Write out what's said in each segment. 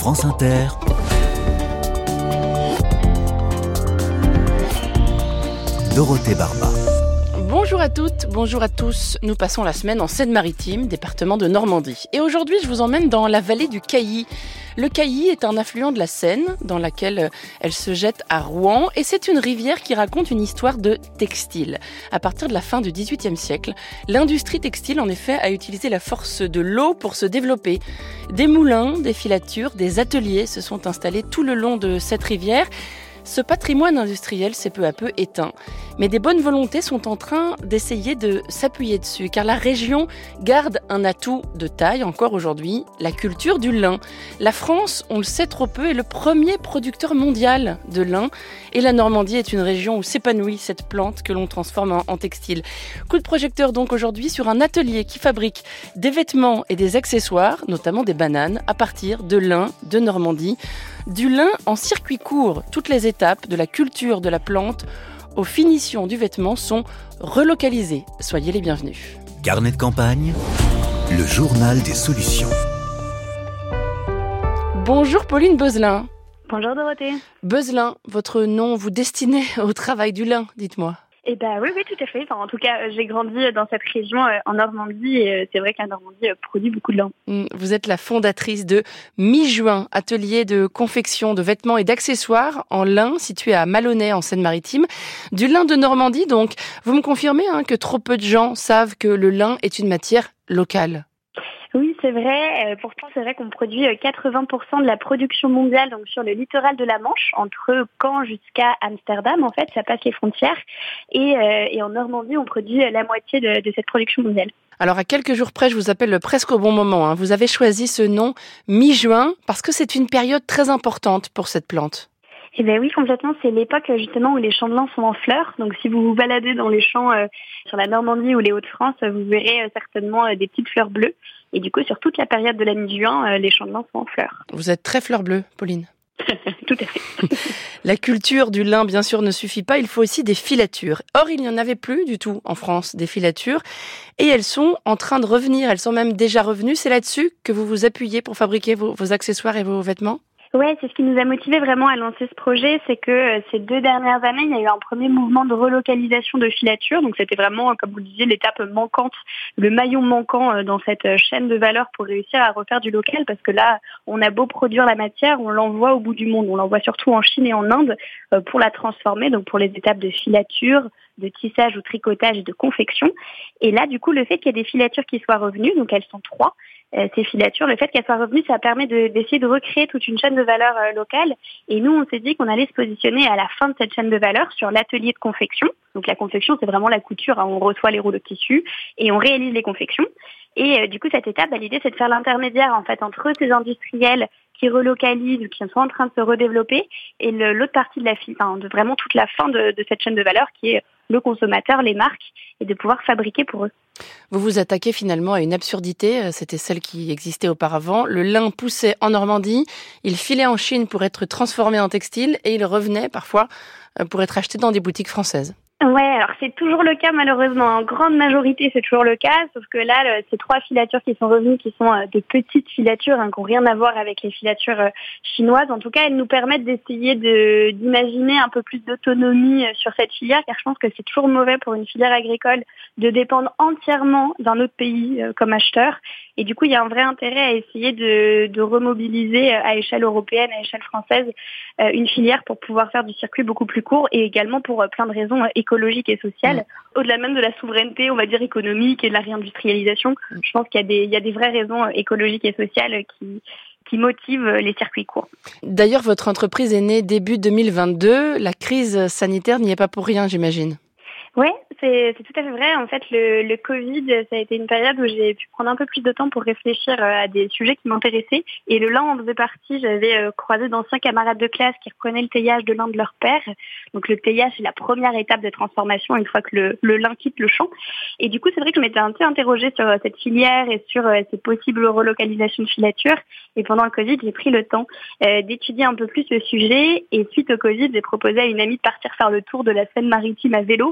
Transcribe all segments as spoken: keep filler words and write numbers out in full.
France Inter, Dorothée Barba. Bonjour à toutes, bonjour à tous. Nous passons la semaine en Seine-Maritime, département de Normandie. Et aujourd'hui, je vous emmène dans la vallée du Cailly. Le Cailly est un affluent de la Seine, dans laquelle elle se jette à Rouen. Et c'est une rivière qui raconte une histoire de textile. À partir de la fin du dix-huitième siècle, l'industrie textile, en effet, a utilisé la force de l'eau pour se développer. Des moulins, des filatures, des ateliers se sont installés tout le long de cette rivière. Ce patrimoine industriel s'est peu à peu éteint. Mais des bonnes volontés sont en train d'essayer de s'appuyer dessus, car la région garde un atout de taille encore aujourd'hui, la culture du lin. La France, on le sait trop peu, est le premier producteur mondial de lin, et la Normandie est une région où s'épanouit cette plante que l'on transforme en, en textile. Coup de projecteur donc aujourd'hui sur un atelier qui fabrique des vêtements et des accessoires, notamment des bananes, à partir de lin de Normandie. Du lin en circuit court, toutes les étapes de la culture de la plante aux finitions du vêtement sont relocalisées. Soyez les bienvenus. Carnet de campagne, le journal des solutions. Bonjour Pauline Beuzelin. Bonjour Dorothée. Beuzelin, votre nom vous destinez au travail du lin, dites-moi. Eh ben oui, oui, tout à fait. Enfin, en tout cas, j'ai grandi dans cette région euh, en Normandie et euh, c'est vrai que la Normandie euh, produit beaucoup de lin. Vous êtes la fondatrice de Mi-Juin, atelier de confection de vêtements et d'accessoires en lin situé à Malonnet en Seine-Maritime. Du lin de Normandie, donc. Vous me confirmez hein, que trop peu de gens savent que le lin est une matière locale ? Oui, c'est vrai. Euh, pourtant, c'est vrai qu'on produit quatre-vingts pour cent de la production mondiale donc sur le littoral de la Manche, entre Caen jusqu'à Amsterdam. En fait, ça passe les frontières. Et, euh, et en Normandie, on produit la moitié de, de cette production mondiale. Alors, à quelques jours près, je vous appelle presque au bon moment. Hein. Vous avez choisi ce nom mi-juin parce que c'est une période très importante pour cette plante. Eh bien oui, complètement. C'est l'époque justement où les champs de lin sont en fleurs. Donc si vous vous baladez dans les champs euh, sur la Normandie ou les Hauts-de-France, vous verrez euh, certainement euh, des petites fleurs bleues. Et du coup, sur toute la période de la mi-juin, euh, les champs de lin sont en fleurs. Vous êtes très fleur bleue, Pauline. Tout à fait. La culture du lin, bien sûr, ne suffit pas. Il faut aussi des filatures. Or, il n'y en avait plus du tout en France, des filatures. Et elles sont en train de revenir. Elles sont même déjà revenues. C'est là-dessus que vous vous appuyez pour fabriquer vos, vos accessoires et vos vêtements ? Ouais, c'est ce qui nous a motivés vraiment à lancer ce projet, c'est que euh, ces deux dernières années, il y a eu un premier mouvement de relocalisation de filature. Donc c'était vraiment, comme vous le disiez, l'étape manquante, le maillon manquant euh, dans cette chaîne de valeur pour réussir à refaire du local. Parce que là, on a beau produire la matière, on l'envoie au bout du monde. On l'envoie surtout en Chine et en Inde euh, pour la transformer, donc pour les étapes de filature, de tissage ou tricotage et de confection. Et là, du coup, le fait qu'il y ait des filatures qui soient revenues, donc elles sont trois, euh, ces filatures, le fait qu'elles soient revenues, ça permet de, d'essayer de recréer toute une chaîne de valeur euh, locale. Et nous, on s'est dit qu'on allait se positionner à la fin de cette chaîne de valeur sur l'atelier de confection. Donc la confection, c'est vraiment la couture, hein. On reçoit les rouleaux de tissu et on réalise les confections. Et euh, du coup, cette étape, bah, l'idée, c'est de faire l'intermédiaire en fait entre ces industriels qui relocalisent ou qui sont en train de se redévelopper et le, l'autre partie de la file, enfin, de vraiment toute la fin de, de cette chaîne de valeur qui est le consommateur, les marques, et de pouvoir fabriquer pour eux. Vous vous attaquez finalement à une absurdité, c'était celle qui existait auparavant. Le lin poussait en Normandie, il filait en Chine pour être transformé en textile et il revenait parfois pour être acheté dans des boutiques françaises. Ouais, alors c'est toujours le cas malheureusement. En grande majorité, c'est toujours le cas, sauf que là, le, ces trois filatures qui sont revenues, qui sont euh, des petites filatures, hein, qui n'ont rien à voir avec les filatures euh, chinoises, en tout cas, elles nous permettent d'essayer de, d'imaginer un peu plus d'autonomie euh, sur cette filière, car je pense que c'est toujours mauvais pour une filière agricole de dépendre entièrement d'un autre pays euh, comme acheteur. Et du coup, il y a un vrai intérêt à essayer de, de remobiliser euh, à échelle européenne, à échelle française, euh, une filière pour pouvoir faire du circuit beaucoup plus court et également pour euh, plein de raisons euh, écologique et sociale, mmh. au-delà même de la souveraineté, on va dire économique et de la réindustrialisation. Mmh. Je pense qu'il y a des, il y a des vraies raisons écologiques et sociales qui, qui motivent les circuits courts. D'ailleurs, votre entreprise est née début deux mille vingt-deux. La crise sanitaire n'y est pas pour rien, j'imagine. Oui, c'est, c'est tout à fait vrai. En fait, le, le Covid, ça a été une période où j'ai pu prendre un peu plus de temps pour réfléchir à des sujets qui m'intéressaient. Et le lin en faisait partie. J'avais croisé d'anciens camarades de classe qui reprenaient le teillage de lin de leur père. Donc le teillage, c'est la première étape de transformation une fois que le, le lin quitte le champ. Et du coup, c'est vrai que je m'étais un peu interrogée sur cette filière et sur ces possibles relocalisations de filature. Et pendant le Covid, j'ai pris le temps euh, d'étudier un peu plus le sujet. Et suite au Covid, j'ai proposé à une amie de partir faire le tour de la Seine-Maritime à vélo.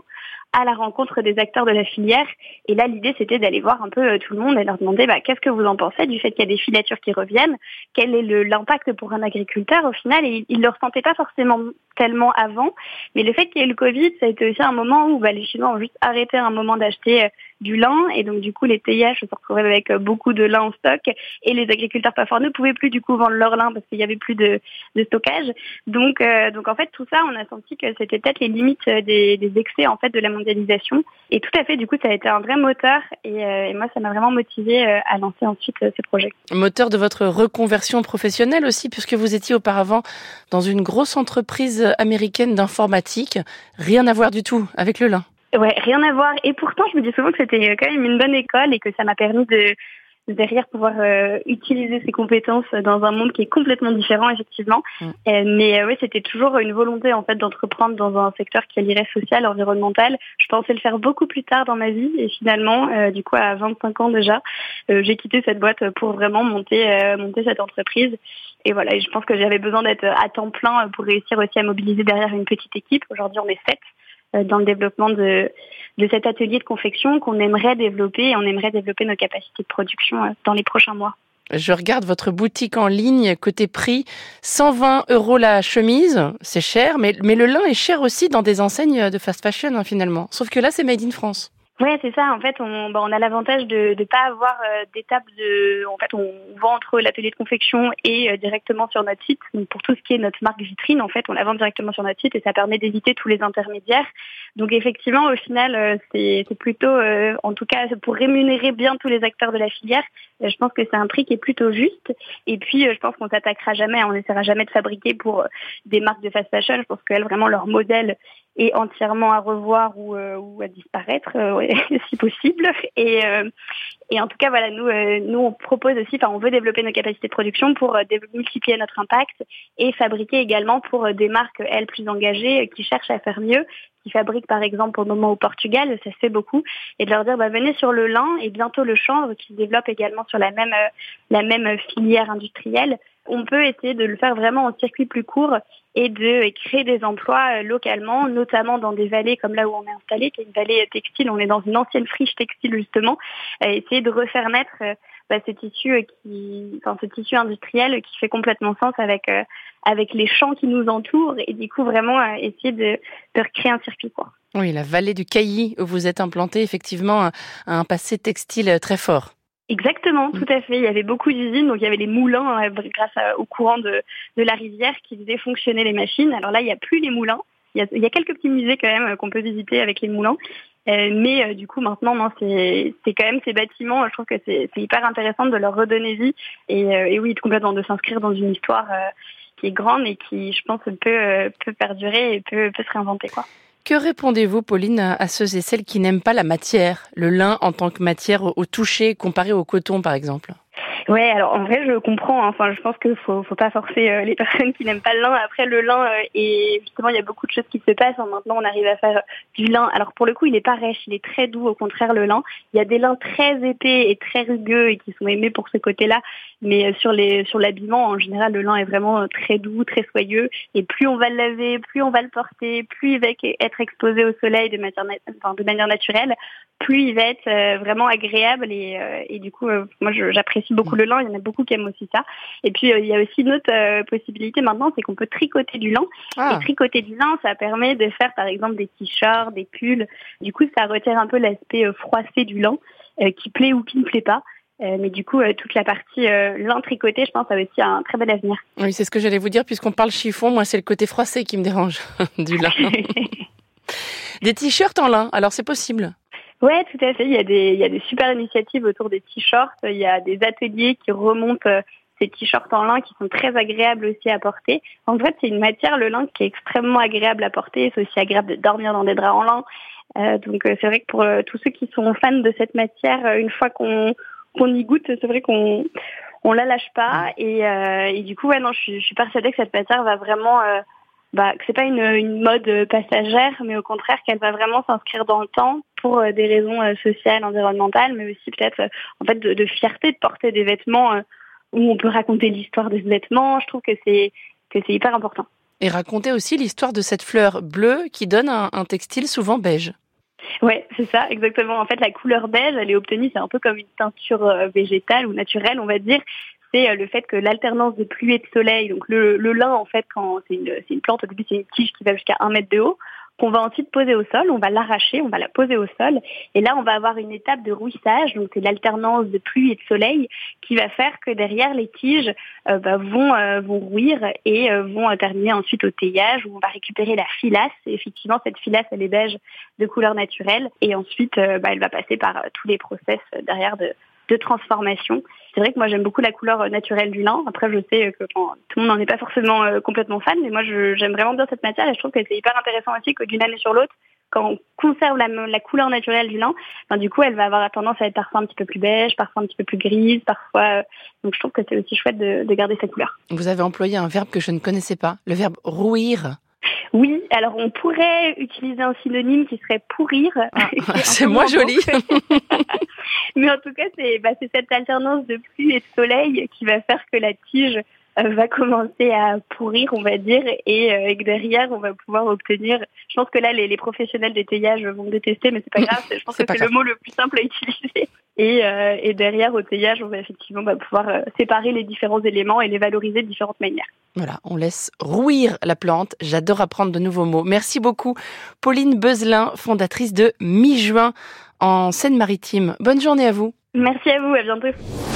à la rencontre des acteurs de la filière. Et là, l'idée, c'était d'aller voir un peu tout le monde et leur demander bah, qu'est-ce que vous en pensez du fait qu'il y a des filatures qui reviennent, quel est le, l'impact pour un agriculteur au final. Et ils ne le ressentaient pas forcément tellement avant, mais le fait qu'il y ait eu le Covid, ça a été aussi un moment où bah, les Chinois ont juste arrêté un moment d'acheter euh, du lin, et donc du coup les T I H se retrouvaient avec euh, beaucoup de lin en stock, et les agriculteurs pafords ne pouvaient plus du coup vendre leur lin parce qu'il y avait plus de, de stockage. Donc, euh, donc en fait tout ça, on a senti que c'était peut-être les limites des, des excès en fait de la mondialisation. Et tout à fait, du coup ça a été un vrai moteur, et, euh, et moi ça m'a vraiment motivée euh, à lancer ensuite euh, ces projets. Moteur de votre reconversion professionnelle aussi, puisque vous étiez auparavant dans une grosse entreprise américaine d'informatique, rien à voir du tout avec le lin. Ouais, rien à voir. Et pourtant, je me dis souvent que c'était quand même une bonne école et que ça m'a permis de, de derrière pouvoir euh, utiliser ces compétences dans un monde qui est complètement différent, effectivement. Mmh. Euh, mais euh, oui, c'était toujours une volonté en fait d'entreprendre dans un secteur qui allierait social, environnemental. Je pensais le faire beaucoup plus tard dans ma vie, et finalement, euh, du coup, à vingt-cinq ans déjà, euh, j'ai quitté cette boîte pour vraiment monter, euh, monter cette entreprise. Et voilà, et je pense que j'avais besoin d'être à temps plein pour réussir aussi à mobiliser derrière une petite équipe. Aujourd'hui, on est sept dans le développement de, de cet atelier de confection qu'on aimerait développer, et on aimerait développer nos capacités de production dans les prochains mois. Je regarde votre boutique en ligne, côté prix, cent vingt euros la chemise, c'est cher, mais, mais le lin est cher aussi dans des enseignes de fast fashion hein, finalement. Sauf que là, c'est made in France. Ouais, c'est ça. En fait, on, bah, on a l'avantage de ne pas avoir euh, d'étape de. En fait, on vend entre l'atelier de confection et euh, directement sur notre site. Donc, pour tout ce qui est notre marque vitrine, en fait, on la vend directement sur notre site, et ça permet d'éviter tous les intermédiaires. Donc, effectivement, au final, euh, c'est, c'est plutôt, euh, en tout cas, pour rémunérer bien tous les acteurs de la filière, euh, je pense que c'est un prix qui est plutôt juste. Et puis, euh, je pense qu'on s'attaquera jamais, on n'essaiera jamais de fabriquer pour euh, des marques de fast fashion. Je pense qu'elles, vraiment, leur modèle est entièrement à revoir ou, euh, ou à disparaître, euh, ouais, si possible. Et, euh, et en tout cas, voilà, nous, euh, nous, on propose aussi, enfin, on veut développer nos capacités de production pour euh, multiplier notre impact et fabriquer également pour euh, des marques, elles, plus engagées, euh, qui cherchent à faire mieux, qui fabriquent, par exemple, au moment au Portugal, ça se fait beaucoup, et de leur dire, bah, venez sur le lin et bientôt le chanvre, qui se développe également sur la même, euh, la même filière industrielle. On peut essayer de le faire vraiment en circuit plus court et de créer des emplois localement, notamment dans des vallées comme là où on est installé, qui est une vallée textile. On est dans une ancienne friche textile justement. Essayer de refaire naître bah, ce tissu qui, enfin, ce tissu industriel qui fait complètement sens avec avec les champs qui nous entourent, et du coup vraiment essayer de, de recréer un circuit quoi. Oui, la vallée du Cailly où vous êtes implanté, effectivement, a un passé textile très fort. Exactement, tout à fait. Il y avait beaucoup d'usines, donc il y avait les moulins euh, grâce à, au courant de, de la rivière qui faisaient fonctionner les machines. Alors là, il n'y a plus les moulins. Il y a, il y a quelques petits musées quand même qu'on peut visiter avec les moulins. Euh, mais euh, du coup, maintenant, non, c'est, c'est quand même ces bâtiments, je trouve que c'est, c'est hyper intéressant de leur redonner vie. Et, euh, et oui, complètement de s'inscrire dans une histoire euh, qui est grande et qui, je pense, peut, euh, peut perdurer et peut, peut se réinventer, quoi. Que répondez-vous, Pauline, à ceux et celles qui n'aiment pas la matière, le lin en tant que matière au toucher comparé au coton, par exemple ? Ouais, alors en vrai, je comprends. Hein. Enfin, je pense qu'il faut, faut pas forcer euh, les personnes qui n'aiment pas le lin. Après, le lin, euh, et justement, il y a beaucoup de choses qui se passent. Hein. Maintenant, on arrive à faire du lin. Alors, pour le coup, il est pas rêche, il est très doux. Au contraire, le lin, il y a des lins très épais et très rugueux et qui sont aimés pour ce côté-là. Mais euh, sur les, sur l'habillement, en général, le lin est vraiment euh, très doux, très soyeux. Et plus on va le laver, plus on va le porter, plus il va être exposé au soleil de manière, enfin, de manière naturelle, plus il va être euh, vraiment agréable. Et, euh, et du coup, euh, moi, je, j'apprécie beaucoup le lin, il y en a beaucoup qui aiment aussi ça. Et puis euh, il y a aussi une autre euh, possibilité maintenant, c'est qu'on peut tricoter du lin. Ah. Et tricoter du lin, ça permet de faire par exemple des t-shirts, des pulls. Du coup, ça retire un peu l'aspect euh, froissé du lin, euh, qui plaît ou qui ne plaît pas. Euh, mais du coup, euh, toute la partie euh, lin tricoté, je pense, a aussi un très bel avenir. Oui, c'est ce que j'allais vous dire, puisqu'on parle chiffon, moi c'est le côté froissé qui me dérange du lin. Des t-shirts en lin, alors c'est possible? Ouais, tout à fait. Il y a des, il y a des super initiatives autour des t-shirts. Il y a des ateliers qui remontent ces t-shirts en lin qui sont très agréables aussi à porter. En fait, c'est une matière, le lin, qui est extrêmement agréable à porter. C'est aussi agréable de dormir dans des draps en lin. Euh, donc, c'est vrai que pour euh, tous ceux qui sont fans de cette matière, une fois qu'on, qu'on y goûte, c'est vrai qu'on, on la lâche pas. Et, euh, et du coup, ouais, non, je suis, je suis persuadée que cette matière va vraiment, euh, bah, que c'est pas une, une mode passagère, mais au contraire qu'elle va vraiment s'inscrire dans le temps pour des raisons sociales, environnementales, mais aussi peut-être en fait de, de fierté de porter des vêtements où on peut raconter l'histoire de ce vêtement. Je trouve que c'est que c'est hyper important. Et raconter aussi l'histoire de cette fleur bleue qui donne un, un textile souvent beige. Ouais, c'est ça, exactement. En fait, la couleur beige, elle est obtenue, c'est un peu comme une teinture végétale ou naturelle, on va dire. C'est le fait que l'alternance de pluie et de soleil, donc le, le lin, en fait, quand c'est une, c'est une plante, au début, c'est une tige qui va jusqu'à un mètre de haut, qu'on va ensuite poser au sol, on va l'arracher, on va la poser au sol, et là on va avoir une étape de rouissage, donc c'est l'alternance de pluie et de soleil, qui va faire que derrière les tiges euh, bah, vont euh, vont rouir et euh, vont terminer ensuite au teillage, où on va récupérer la filasse, et effectivement cette filasse elle est beige de couleur naturelle, et ensuite euh, bah, elle va passer par euh, tous les process derrière de de transformation. C'est vrai que moi j'aime beaucoup la couleur naturelle du lin. Après je sais que bon, tout le monde n'en est pas forcément euh, complètement fan, mais moi je, j'aime vraiment bien cette matière et je trouve que c'est hyper intéressant aussi que d'une année sur l'autre, quand on conserve la, la couleur naturelle du lin, ben, du coup elle va avoir tendance à être parfois un petit peu plus beige, parfois un petit peu plus grise, parfois. Euh, donc je trouve que c'est aussi chouette de, de garder cette couleur. Vous avez employé un verbe que je ne connaissais pas, le verbe rouir. Oui, alors on pourrait utiliser un synonyme qui serait pourrir. Ah, c'est moins joli. Mais en tout cas, c'est, bah, c'est cette alternance de pluie et de soleil qui va faire que la tige euh, va commencer à pourrir, on va dire, et, euh, et que derrière, on va pouvoir obtenir... Je pense que là, les, les professionnels des teillages vont me détester, mais c'est pas grave. Je pense c'est que c'est grave. le mot le plus simple à utiliser. Et, euh, et derrière, au teillage, on va effectivement bah, pouvoir euh, séparer les différents éléments et les valoriser de différentes manières. Voilà, on laisse rouir la plante. J'adore apprendre de nouveaux mots. Merci beaucoup, Pauline Beuzelin, fondatrice de Mi-Juin en Seine-Maritime. Bonne journée à vous. Merci à vous, à bientôt.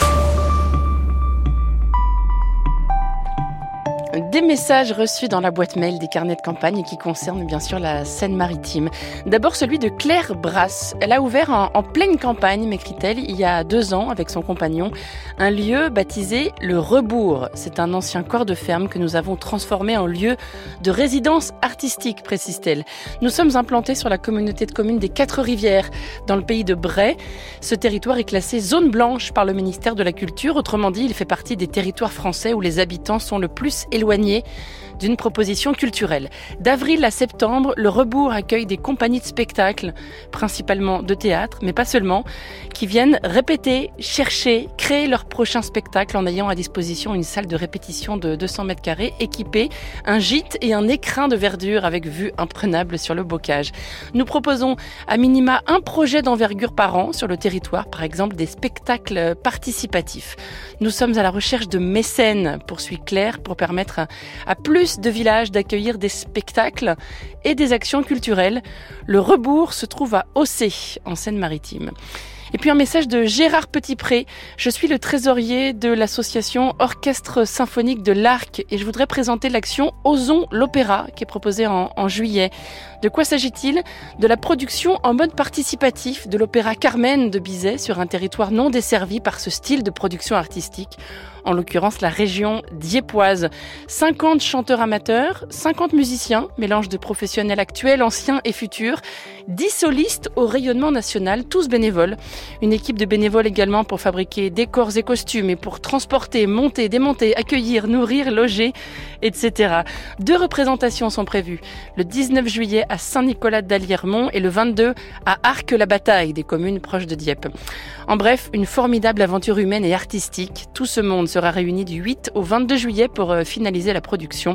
Des messages reçus dans la boîte mail des carnets de campagne qui concernent bien sûr la Seine-Maritime. D'abord celui de Claire Brasse. Elle a ouvert en, en pleine campagne, m'écrit-elle, il y a deux ans avec son compagnon, un lieu baptisé le Rebours. C'est un ancien corps de ferme que nous avons transformé en lieu de résidence artistique, précise-t-elle. Nous sommes implantés sur la communauté de communes des Quatre-Rivières, dans le pays de Bray. Ce territoire est classé zone blanche par le ministère de la Culture. Autrement dit, il fait partie des territoires français où les habitants sont le plus éloignés d'une proposition culturelle. D'avril à septembre, le Rebours accueille des compagnies de spectacles, principalement de théâtre, mais pas seulement, qui viennent répéter, chercher, créer leur prochain spectacle en ayant à disposition une salle de répétition de deux cents mètres carrés équipée, un gîte et un écrin de verdure avec vue imprenable sur le bocage. Nous proposons à minima un projet d'envergure par an sur le territoire, par exemple des spectacles participatifs. Nous sommes à la recherche de mécènes, poursuit Claire, pour permettre à, à plus de villages d'accueillir des spectacles et des actions culturelles. Le Rebours se trouve à Aussay, en Seine-Maritime. Et puis un message de Gérard Petitpré. Je suis le trésorier de l'association Orchestre Symphonique de l'Arc et je voudrais présenter l'action Osons l'Opéra qui est proposée en, en juillet. De quoi s'agit-il ? De la production en mode participatif de l'opéra Carmen de Bizet sur un territoire non desservi par ce style de production artistique, en l'occurrence la région diepoise. cinquante chanteurs amateurs, cinquante musiciens, mélange de professionnels actuels, anciens et futurs, dix solistes au rayonnement national, tous bénévoles. Une équipe de bénévoles également pour fabriquer décors et costumes et pour transporter, monter, démonter, accueillir, nourrir, loger, et cetera. Deux représentations sont prévues. Le dix-neuf juillet à Saint-Nicolas-d'Aliermont et le vingt-deux à Arques-la-Bataille, des communes proches de Dieppe. En bref, une formidable aventure humaine et artistique. Tout ce monde sera réuni du huit au vingt-deux juillet pour finaliser la production.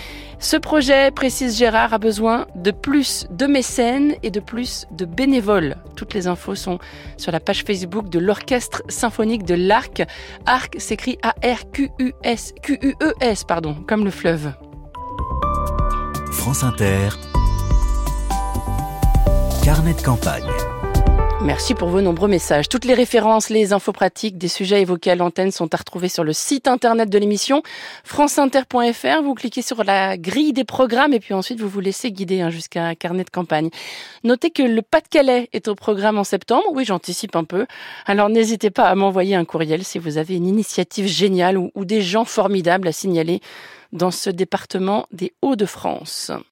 Ce projet, précise Gérard, a besoin de plus de mécènes et de plus de bénévoles. Toutes les infos sont sur la page Facebook de l'Orchestre Symphonique de l'Arc. Arc s'écrit A R Q U S, Q U E S, pardon, comme le fleuve. France Inter, carnet de campagne. Merci pour vos nombreux messages. Toutes les références, les infos pratiques des sujets évoqués à l'antenne sont à retrouver sur le site internet de l'émission franceinter point f r. Vous cliquez sur la grille des programmes et puis ensuite vous vous laissez guider hein, jusqu'à carnet de campagne. Notez que le Pas-de-Calais est au programme en septembre. Oui, j'anticipe un peu. Alors n'hésitez pas à m'envoyer un courriel si vous avez une initiative géniale ou, ou des gens formidables à signaler dans ce département des Hauts-de-France.